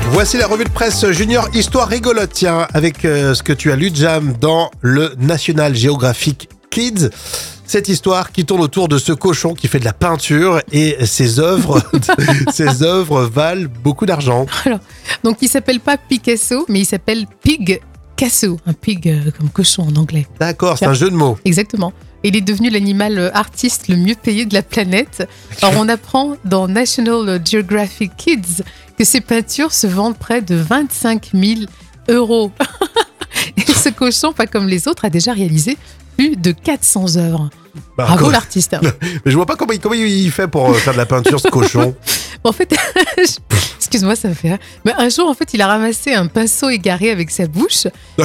Voici la revue de presse Junior Histoire rigolote, tiens, avec ce que tu as lu, Jam, dans le National Geographic Kids. Cette histoire qui tourne autour de ce cochon qui fait de la peinture et ses œuvres valent beaucoup d'argent. Alors, donc il s'appelle pas Picasso, mais il s'appelle Pigcasso. Un pig comme cochon en anglais. D'accord, c'est un jeu de mots. Exactement. Il est devenu l'animal artiste le mieux payé de la planète. Alors on apprend dans National Geographic Kids que ses peintures se vendent près de 25 000 €. Et ce cochon, pas comme les autres, a déjà réalisé plus de 400 œuvres. Bravo l'artiste. Mais je vois pas comment il fait pour faire de la peinture, ce cochon. En fait, excuse-moi, ça me fait rire. Mais un jour, en fait, il a ramassé un pinceau égaré avec sa bouche.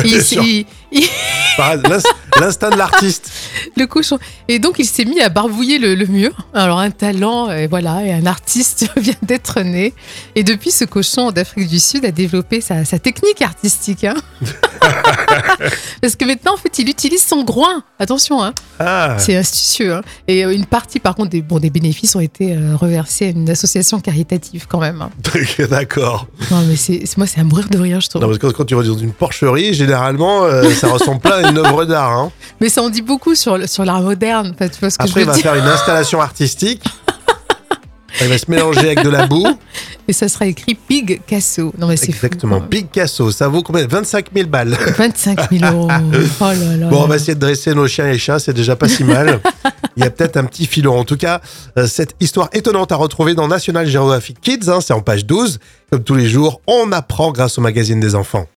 L'instinct de l'artiste. Le cochon. Et donc, il s'est mis à barbouiller le mur. Alors, un talent, et voilà, et un artiste vient d'être né. Et depuis, ce cochon d'Afrique du Sud a développé sa technique artistique. Hein. Parce que maintenant, en fait, il utilise son groin. Attention, hein. Ah. C'est astucieux. Hein. Et une partie, par contre, des bénéfices ont été reversés à une association caritative quand même. Hein. D'accord. Non, mais moi, c'est à mourir de rire, je trouve. Non, parce que quand tu vas dans une porcherie, généralement, ça ressemble pas à une œuvre d'art. Hein. Mais ça en dit beaucoup sur l'art moderne. Enfin, tu vois ce que Après, je veux dire. Il va faire une installation artistique. Il va se mélanger avec de la boue. Et ça sera écrit Pigcasso. Non, mais c'est exactement, fou. Picasso. Ça vaut combien ? 25 000 balles. 25 000 €. Oh là là. Bon, on va essayer de dresser nos chiens et chats, c'est déjà pas si mal. Il y a peut-être un petit filon. En tout cas, cette histoire étonnante à retrouver dans National Geographic Kids, hein, c'est en page 12. Comme tous les jours, on apprend grâce au magazine des enfants.